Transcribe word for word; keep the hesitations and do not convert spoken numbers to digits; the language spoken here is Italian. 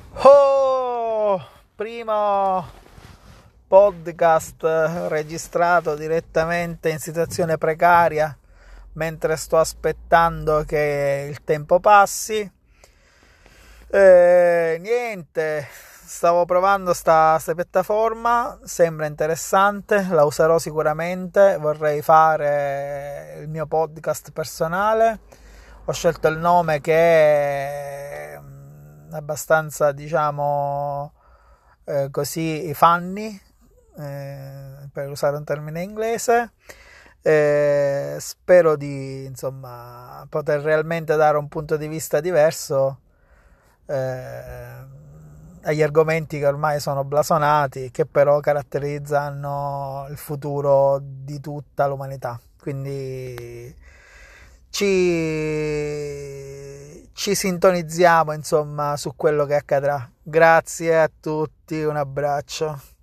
Oh, primo podcast registrato direttamente in situazione precaria mentre sto aspettando che il tempo passi. Eh, niente, stavo provando sta, sta piattaforma, sembra interessante, la userò sicuramente. Vorrei fare il mio podcast personale. Ho scelto il nome che è mm, abbastanza, diciamo, eh, così funny, eh, per usare un termine inglese. Eh, spero di, insomma, poter realmente dare un punto di vista diverso eh, agli argomenti che ormai sono blasonati, che però caratterizzano il futuro di tutta l'umanità. Quindi ci, ci sintonizziamo, insomma, su quello che accadrà. Grazie a tutti, un abbraccio.